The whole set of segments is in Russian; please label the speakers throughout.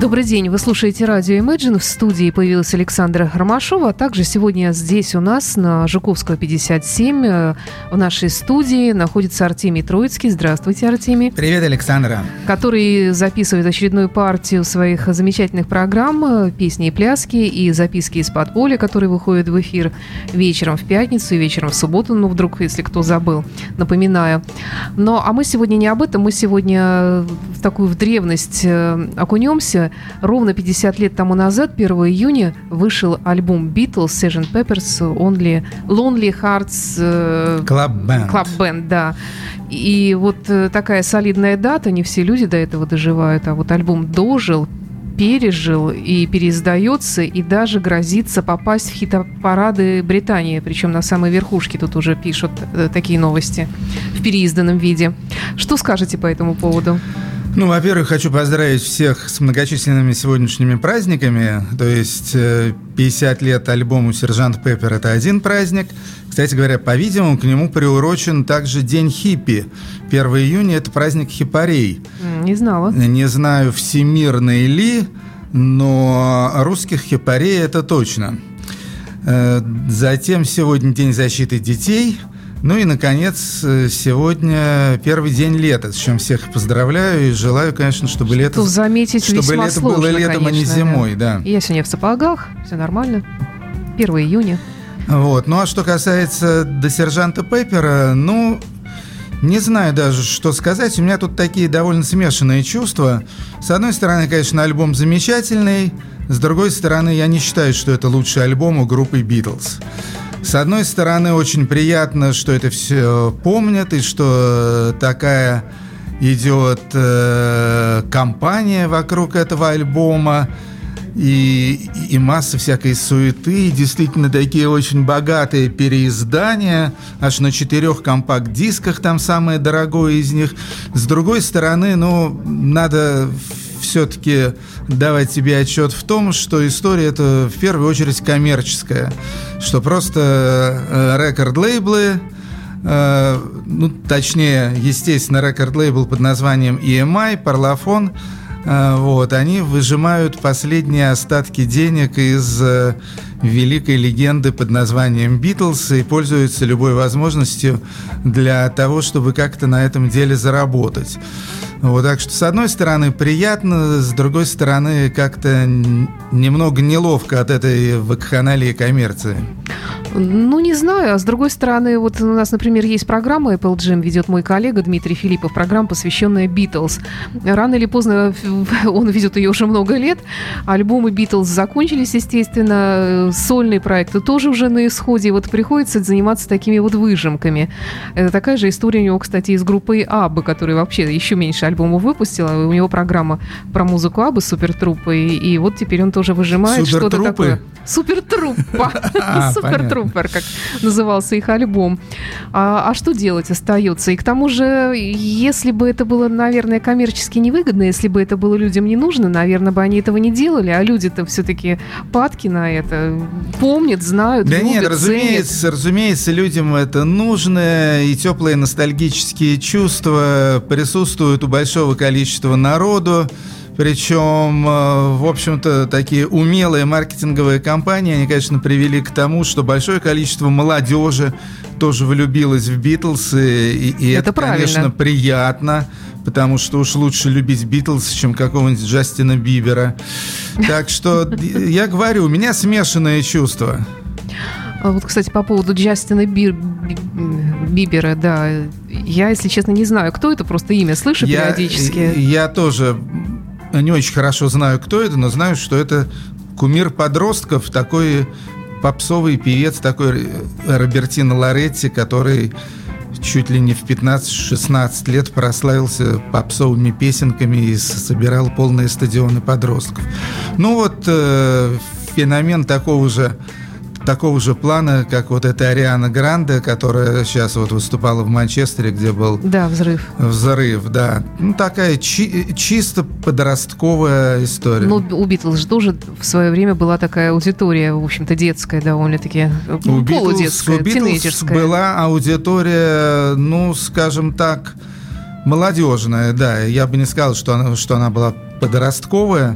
Speaker 1: Добрый день, вы слушаете радио Imagine. В студии появилась Александра Ромашова. А также сегодня здесь у нас на Жуковского 57 в нашей студии находится Артемий Троицкий. Здравствуйте, Артемий.
Speaker 2: Привет, Александра.
Speaker 1: Который записывает очередную партию своих замечательных программ «Песни и пляски» и «Записки из подполья», которые выходят в эфир вечером в пятницу и вечером в субботу. Ну, вдруг, если кто забыл, напоминаю. А мы сегодня не об этом. Мы сегодня в такую древность окунемся. Ровно 50 лет тому назад, 1 июня, вышел альбом Beatles Sgt. Pepper's Lonely Hearts
Speaker 2: Club
Speaker 1: Band, да. И вот такая солидная дата, не все люди до этого доживают, а вот альбом дожил, пережил и переиздается, и даже грозится попасть в хит-парады Британии, причем на самой верхушке тут уже пишут такие новости в переизданном виде. Что скажете по этому поводу?
Speaker 2: Ну, во-первых, хочу поздравить всех с многочисленными сегодняшними праздниками. То есть 50 лет альбому «Сержант Пеппер» — это один праздник. Кстати говоря, по-видимому, к нему приурочен также День хиппи. 1 июня – это праздник хипарей.
Speaker 1: Не знала. Не
Speaker 2: знаю, всемирный ли, но русских хипарей это точно. Затем сегодня День защиты детей. Ну и, наконец, сегодня первый день лета, с чем всех поздравляю и желаю, конечно, чтобы лето было летом, конечно, а не зимой. Да.
Speaker 1: Я сегодня в сапогах, все нормально. 1 июня.
Speaker 2: Вот. Ну а что касается до сержанта Пеппера, не знаю даже, что сказать. У меня тут такие довольно смешанные чувства. С одной стороны, конечно, альбом замечательный. С другой стороны, я не считаю, что это лучший альбом у группы Beatles. С одной стороны, очень приятно, что это все помнят, и что такая идет кампания вокруг этого альбома, и масса всякой суеты, и действительно такие очень богатые переиздания, аж на 4 компакт-дисках, там самое дорогое из них. С другой стороны, надо все-таки давать себе отчет в том, что история это в первую очередь коммерческая, что просто рекорд-лейблы, точнее, естественно, рекорд-лейбл под названием EMI, Parlophone, они выжимают последние остатки денег из великой легенды под названием Beatles и пользуются любой возможностью для того, чтобы как-то на этом деле заработать. Так что, с одной стороны, приятно, с другой стороны, как-то немного неловко от этой вакханалии коммерции.
Speaker 1: Не знаю. А с другой стороны, вот у нас, например, есть программа Apple Jam, ведет мой коллега Дмитрий Филиппов, программа, посвященная Beatles. Рано или поздно он ведет ее уже много лет. Альбомы Beatles закончились, естественно. Сольные проекты тоже уже на исходе. Вот приходится заниматься такими вот выжимками. Это такая же история у него, кстати, и с группой Абба, которая вообще еще меньше альбомов выпустила. У него программа про музыку Аббы, Супертруппа. И вот теперь он тоже выжимает что-то такое. Супертруппа. Супертруппер, как назывался их альбом. А что делать остается? И к тому же, если бы это было, наверное, коммерчески невыгодно, если бы это было людям не нужно, наверное, бы они этого не делали. А люди-то все-таки падки на это. Помнят, знают, любят,
Speaker 2: нет, разумеется, людям это нужно. И теплые ностальгические чувства присутствуют у большого количества народу. Причем, в общем-то, такие умелые маркетинговые кампании, они, конечно, привели к тому, что большое количество молодежи тоже влюбилось в Битлз, и это конечно, приятно, потому что уж лучше любить Битлз, чем какого-нибудь Джастина Бибера. Так что, я говорю, у меня смешанные чувства.
Speaker 1: Вот, кстати, по поводу Джастина Бибера, да, я, если честно, не знаю, кто это, просто имя слышу периодически.
Speaker 2: Я тоже не очень хорошо знаю, кто это, но знаю, что это кумир подростков, такой попсовый певец, такой Робертино Лоретти, который чуть ли не в 15-16 лет прославился попсовыми песенками и собирал полные стадионы подростков. Феномен такого же плана, как вот эта Ариана Гранде, которая сейчас вот выступала в Манчестере, где был...
Speaker 1: Да, взрыв,
Speaker 2: да. Такая чисто подростковая история.
Speaker 1: У Битлз же тоже в свое время была такая аудитория, в общем-то, детская довольно-таки, полудетская, тинейджерская.
Speaker 2: Была аудитория, скажем так, молодежная, да. Я бы не сказал, что она была подростковая.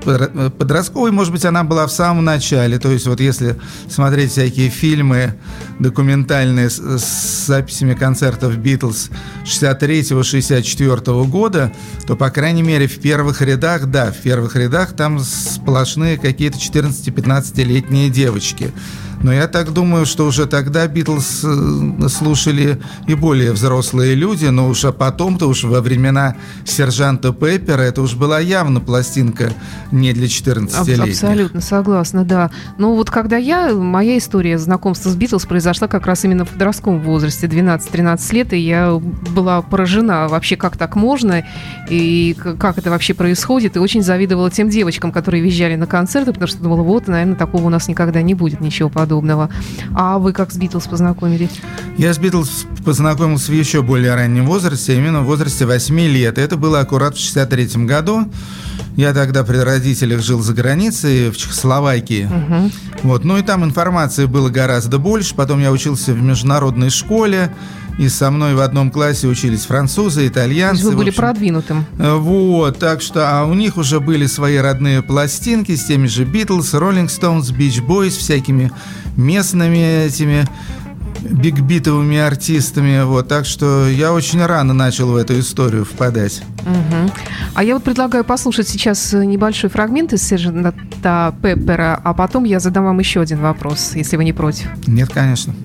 Speaker 2: подростковой, может быть, она была в самом начале. То есть вот если смотреть всякие фильмы документальные с записями концертов Битлз 63-64 года, то, по крайней мере, в первых рядах там сплошные какие-то 14-15-летние девочки. Но я так думаю, что уже тогда Битлз слушали и более взрослые люди, но уж потом-то уж во времена сержанта Пеппера это уж была явно пластинка не для 14-летних.
Speaker 1: Абсолютно согласна, да. Но вот когда моя история знакомства с Битлз произошла как раз именно в подростковом возрасте, 12-13 лет, и я была поражена вообще, как так можно, и как это вообще происходит, и очень завидовала тем девочкам, которые въезжали на концерты, потому что думала, вот, наверное, такого у нас никогда не будет, ничего подобного. А вы как с Битлз познакомились? Я
Speaker 2: с Битлз познакомился в еще более раннем возрасте, именно в возрасте 8 лет. Это было аккурат в 1963 году. Я тогда при родителях жил за границей, в Чехословакии. Вот. Ну и там информации было гораздо больше. Потом я учился в международной школе, и со мной в одном классе учились французы, итальянцы.
Speaker 1: То есть вы были продвинутым.
Speaker 2: Вот, так что у них уже были свои родные пластинки с теми же Битлз, Роллинг Стоунс, Бич Бойс, всякими местными этими бигбитовыми артистами. Вот, так что я очень рано начал в эту историю впадать.
Speaker 1: А я вот предлагаю послушать сейчас небольшой фрагмент из сержанта Пеппера, а потом я задам вам еще один вопрос, если вы не против.
Speaker 2: Нет, конечно.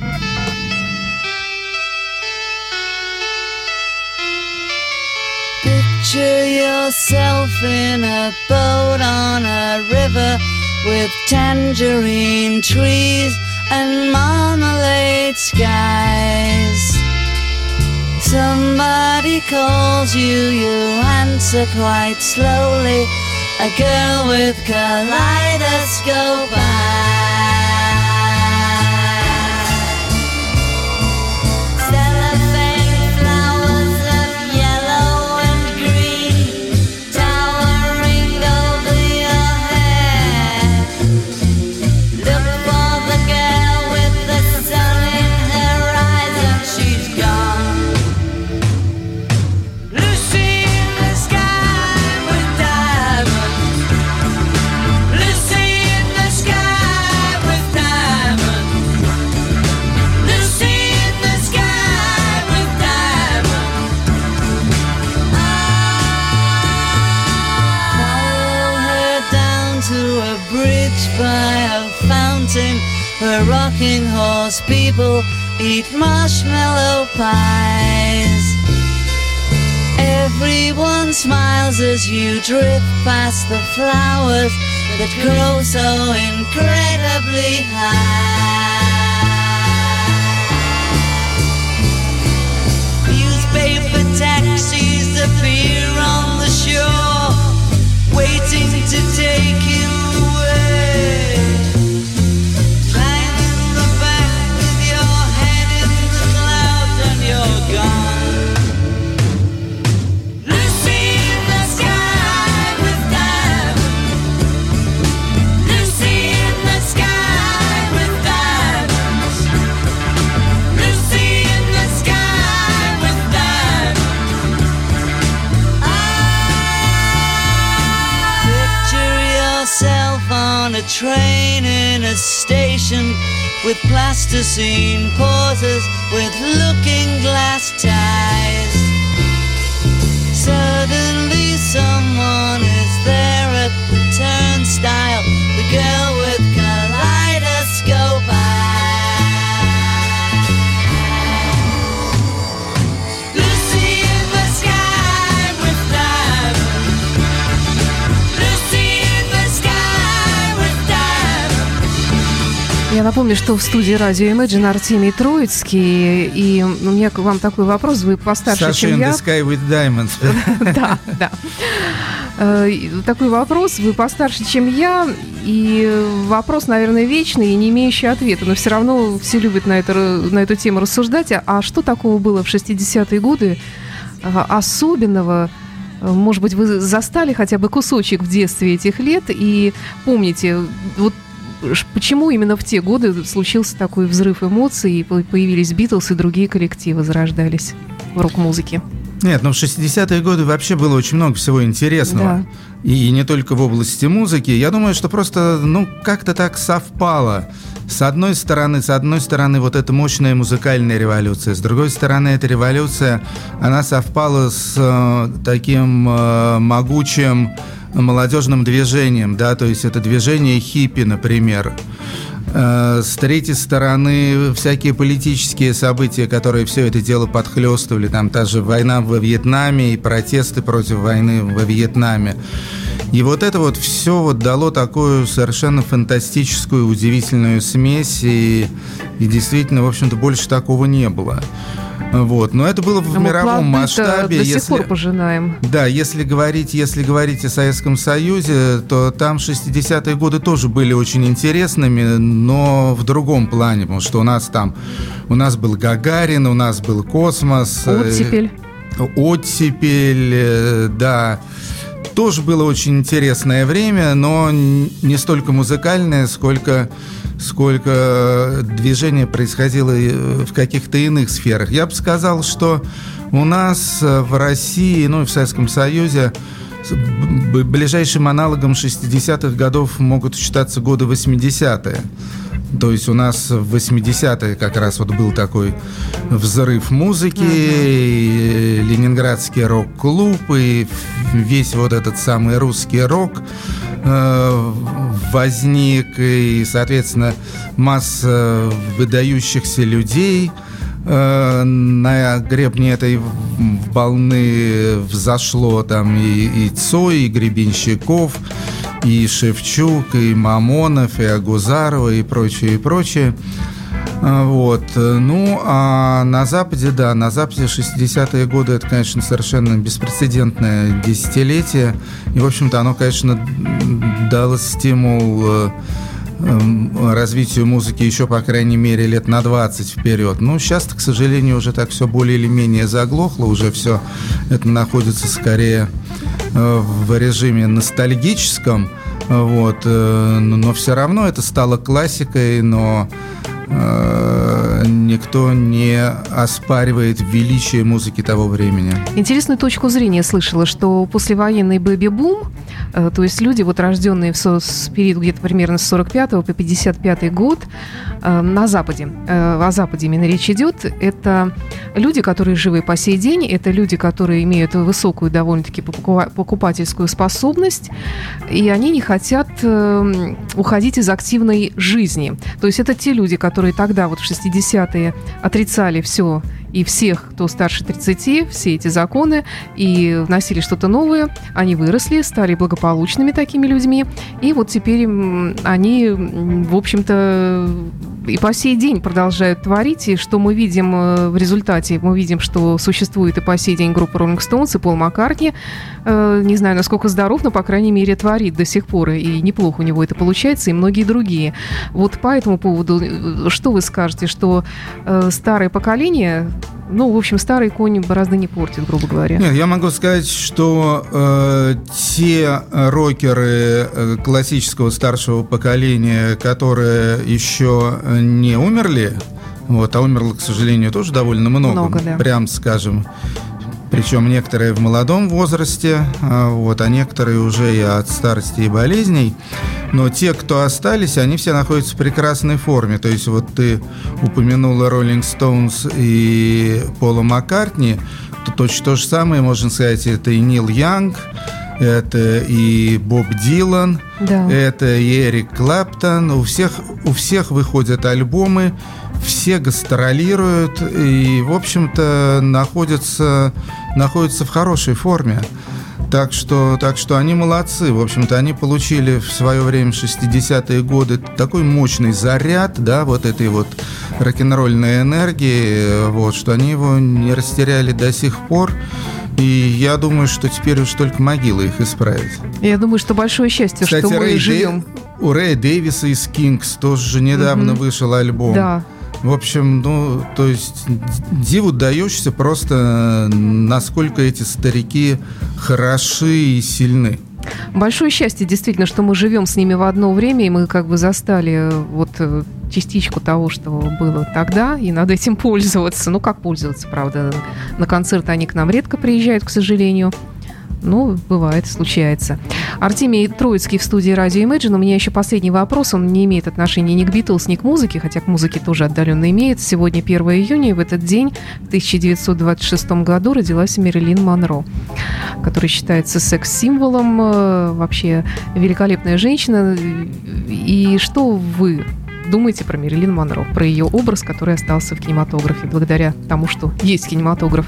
Speaker 3: Picture yourself in a boat on a river with tangerine trees and marmalade skies. Somebody calls you, you answer quite slowly. A girl with kaleidoscope eyes. Where rocking horse people eat marshmallow pies. Everyone smiles as you drift past the flowers that grow so incredibly high. Newspaper taxis appear on the shore, waiting to take you away. A train in a station with plasticine pauses with looking glass ties. Suddenly someone is there at the turnstile, the girl with kaleidoscope eyes. Lucy in the sky with diamonds. Lucy in the sky.
Speaker 1: Я напомню, что в студии радио Imagine Артемий Троицкий, и у меня к вам такой вопрос, вы постарше, чем я.
Speaker 2: Sasha in the Sky with Diamonds.
Speaker 1: Да, да. Такой вопрос, вы постарше, чем я, и вопрос, наверное, вечный и не имеющий ответа, но все равно все любят на эту тему рассуждать. А что такого было в 60-е годы особенного? Может быть, вы застали хотя бы кусочек в детстве этих лет и помните, вот почему именно в те годы случился такой взрыв эмоций, и появились Битлз и другие коллективы зарождались в рок-музыке?
Speaker 2: Нет, ну в 60-е годы вообще было очень много всего интересного. Да. И не только в области музыки. Я думаю, что просто, как-то так совпало. С одной стороны, вот эта мощная музыкальная революция. С другой стороны, эта революция, она совпала с таким могучим молодежным движением, да, то есть это движение хиппи, например. С третьей стороны, всякие политические события, которые все это дело подхлестывали, там та же война во Вьетнаме и протесты против войны во Вьетнаме. И вот это вот все вот дало такую совершенно фантастическую, удивительную смесь, и действительно, в общем-то, больше такого не было. Вот. Но это было в мировом масштабе.
Speaker 1: До сих пор пожинаем.
Speaker 2: Да, если говорить о Советском Союзе, то там 60-е годы тоже были очень интересными, но в другом плане, потому что у нас был Гагарин, у нас был космос. Оттепель, да. Тоже было очень интересное время, но не столько музыкальное, сколько движение происходило в каких-то иных сферах. Я бы сказал, что у нас в России, и в Советском Союзе, ближайшим аналогом 60-х годов могут считаться годы 80-е. То есть у нас в 80-е как раз вот был такой взрыв музыки, и Ленинградский рок-клуб, и весь вот этот самый русский рок возник, и, соответственно, масса выдающихся людей на гребне этой волны взошло, там и Цой, и Гребенщиков, и Шевчук, и Мамонов, и Агузарова, и прочее, и прочее. Вот. А на Западе, 60-е годы, это, конечно, совершенно беспрецедентное десятилетие. И, в общем-то, оно, конечно, дало стимул развитию музыки еще, по крайней мере, лет на 20 вперед. Сейчас-то, к сожалению, уже так все более или менее заглохло, уже все это находится скорее в режиме ностальгическом, вот, но все равно это стало классикой, но никто не оспаривает величие музыки того времени.
Speaker 1: Интересную точку зрения слышала, что послевоенный бэби-бум, то есть люди, вот рожденные в период где-то примерно с 45 по 55 год на Западе, о Западе именно речь идет, это люди, которые живы по сей день, это люди, которые имеют высокую довольно-таки покупательскую способность, и они не хотят уходить из активной жизни. То есть это те люди, которые тогда, вот в 60-е, отрицали все и всех, кто старше 30, все эти законы, и вносили что-то новое. Они выросли, стали благополучными такими людьми, и вот теперь они, в общем-то, и по сей день продолжают творить. И что мы видим в результате? Мы видим, что существует и по сей день группа Rolling Stones, и Пол Маккартни, не знаю, насколько здоров, но, по крайней мере, творит до сих пор, и неплохо у него это получается, и многие другие. Вот по этому поводу, что вы скажете, что старое поколение... в общем, старый конь борозды не портит, грубо говоря.
Speaker 2: Нет, я могу сказать, что те рокеры классического старшего поколения, которые еще не умерли, а умерло, к сожалению, тоже довольно много, да. Прям скажем. Причем некоторые в молодом возрасте, а некоторые уже и от старости и болезней. Но те, кто остались, они все находятся в прекрасной форме. То есть вот ты упомянула Rolling Stones и Пола Маккартни, то точно то же самое можно сказать, это и Нил Янг, это и Боб Дилан, да. Это и Эрик Клэптон. У всех выходят альбомы, все гастролируют и, в общем-то, находятся в хорошей форме. Так что они молодцы. В общем-то, они получили в свое время, в 60-е годы, такой мощный заряд, да, вот этой вот рок-н-ролльной энергии, что они его не растеряли до сих пор. И я думаю, что теперь уж только могила их исправит.
Speaker 1: Я думаю, что большое счастье, кстати, что мы живем.
Speaker 2: У Рэя Дэвиса из Кингс тоже недавно вышел альбом.
Speaker 1: Да.
Speaker 2: В общем, то есть диву даешься просто, насколько эти старики хороши и сильны.
Speaker 1: Большое счастье, действительно, что мы живем с ними в одно время, и мы как бы застали вот частичку того, что было тогда, и надо этим пользоваться. Ну, как пользоваться, правда? На концерты они к нам редко приезжают, к сожалению. Ну, бывает, случается. Артемий Троицкий в студии радио Imagine. У меня еще последний вопрос. Он не имеет отношения ни к Битлз, ни к музыке, хотя к музыке тоже отдаленно имеет. Сегодня 1 июня, и в этот день, в 1926 году, родилась Мэрилин Монро, которая считается секс-символом, вообще великолепная женщина. И что вы думаете про Мэрилин Монро, про ее образ, который остался в кинематографе, благодаря тому, что есть кинематограф?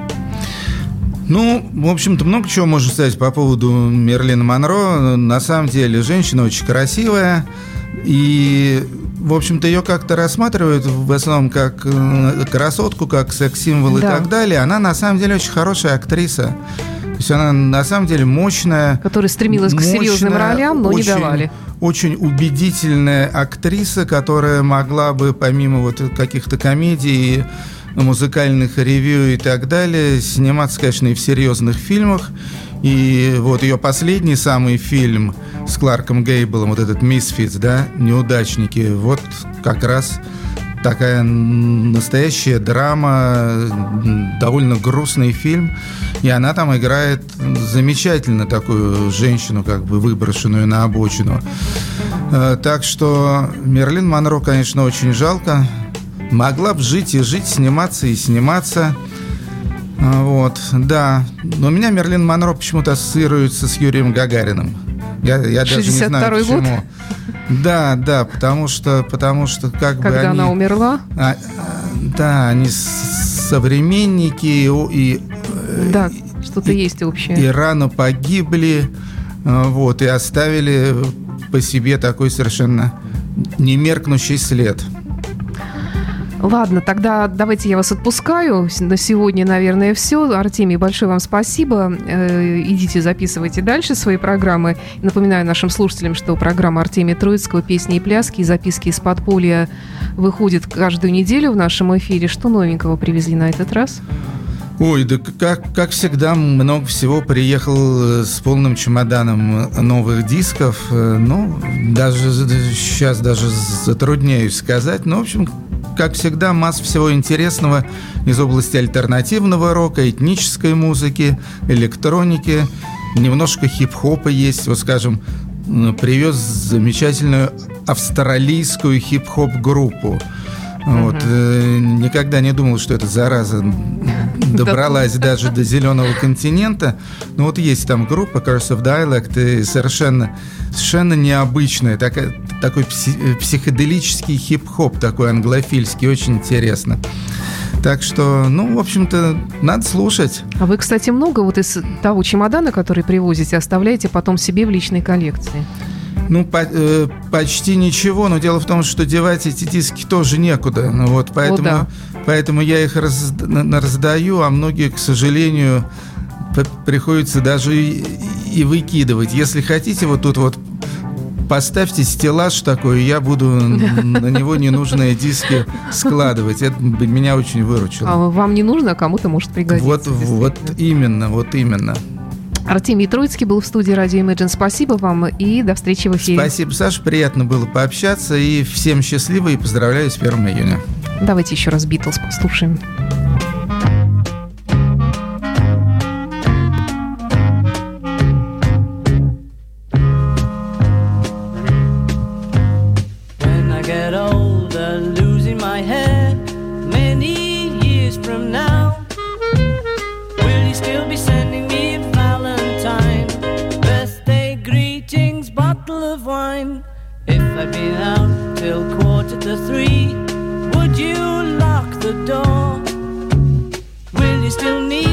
Speaker 2: Ну, в общем-то, много чего можно сказать по поводу Мэрилин Монро. На самом деле, женщина очень красивая. И, в общем-то, ее как-то рассматривают в основном как красотку, как секс-символ и так далее. Она, на самом деле, очень хорошая актриса. То есть она, на самом деле, мощная.
Speaker 1: Которая стремилась к серьезным ролям, но не давали.
Speaker 2: Очень убедительная актриса, которая могла бы, помимо вот каких-то комедий, музыкальных ревью и так далее, сниматься, конечно, и в серьезных фильмах. И вот ее последний самый фильм с Кларком Гейблом, вот этот «Мисфитс», да, «Неудачники», вот как раз такая настоящая драма, довольно грустный фильм. И она там играет замечательно такую женщину, как бы выброшенную на обочину. Так что Мэрилин Монро, конечно, очень жалко. Могла бы жить и жить, сниматься и сниматься. Вот, да. Но у меня Мэрилин Монро почему-то ассоциируется с Юрием Гагариным. Я даже не знаю, почему. Год? Да, потому что как бы
Speaker 1: когда она умерла?
Speaker 2: Да, они современники и
Speaker 1: да, что-то есть общее.
Speaker 2: И рано погибли, вот, и оставили по себе такой совершенно немеркнущий след.
Speaker 1: Ладно, тогда давайте я вас отпускаю. На сегодня, наверное, все. Артемий, большое вам спасибо. Идите, записывайте дальше свои программы. Напоминаю нашим слушателям, что программа Артемия Троицкого «Песни и пляски» и записки из подполья выходит каждую неделю в нашем эфире. Что новенького привезли на этот раз?
Speaker 2: Ой, да как всегда, много всего. Приехал с полным чемоданом новых дисков. Ну, даже сейчас даже затрудняюсь сказать. Но, в общем, как всегда, масса всего интересного из области альтернативного рока, этнической музыки, электроники. Немножко хип-хопа есть. Вот, скажем, привез замечательную австралийскую хип-хоп-группу. Вот. Никогда не думал, что эта зараза добралась даже до зеленого континента. Но вот есть там группа Curse of Dialect, и совершенно необычная, такой психоделический хип-хоп, такой англофильский, очень интересно. Так что, ну, в общем-то, надо слушать.
Speaker 1: А вы, кстати, много вот из того чемодана, который привозите, оставляете потом себе в личной коллекции?
Speaker 2: Ну, почти ничего, но дело в том, что девать эти диски тоже некуда. Вот, поэтому я их раздаю, а многие, к сожалению, приходится даже и выкидывать. Если хотите, вот тут вот поставьте стеллаж такой, и я буду на него ненужные диски складывать. Это меня очень выручило.
Speaker 1: А вам не нужно, а кому-то может пригодиться.
Speaker 2: Вот именно.
Speaker 1: Артемий Троицкий был в студии радио Imagine. Спасибо вам и до встречи в эфире.
Speaker 2: Спасибо, Саша, приятно было пообщаться. И всем счастливо и поздравляю с 1 июня.
Speaker 1: Давайте еще раз Битлз послушаем.
Speaker 3: If I'd been out till 2:45, would you lock the door? Will you still need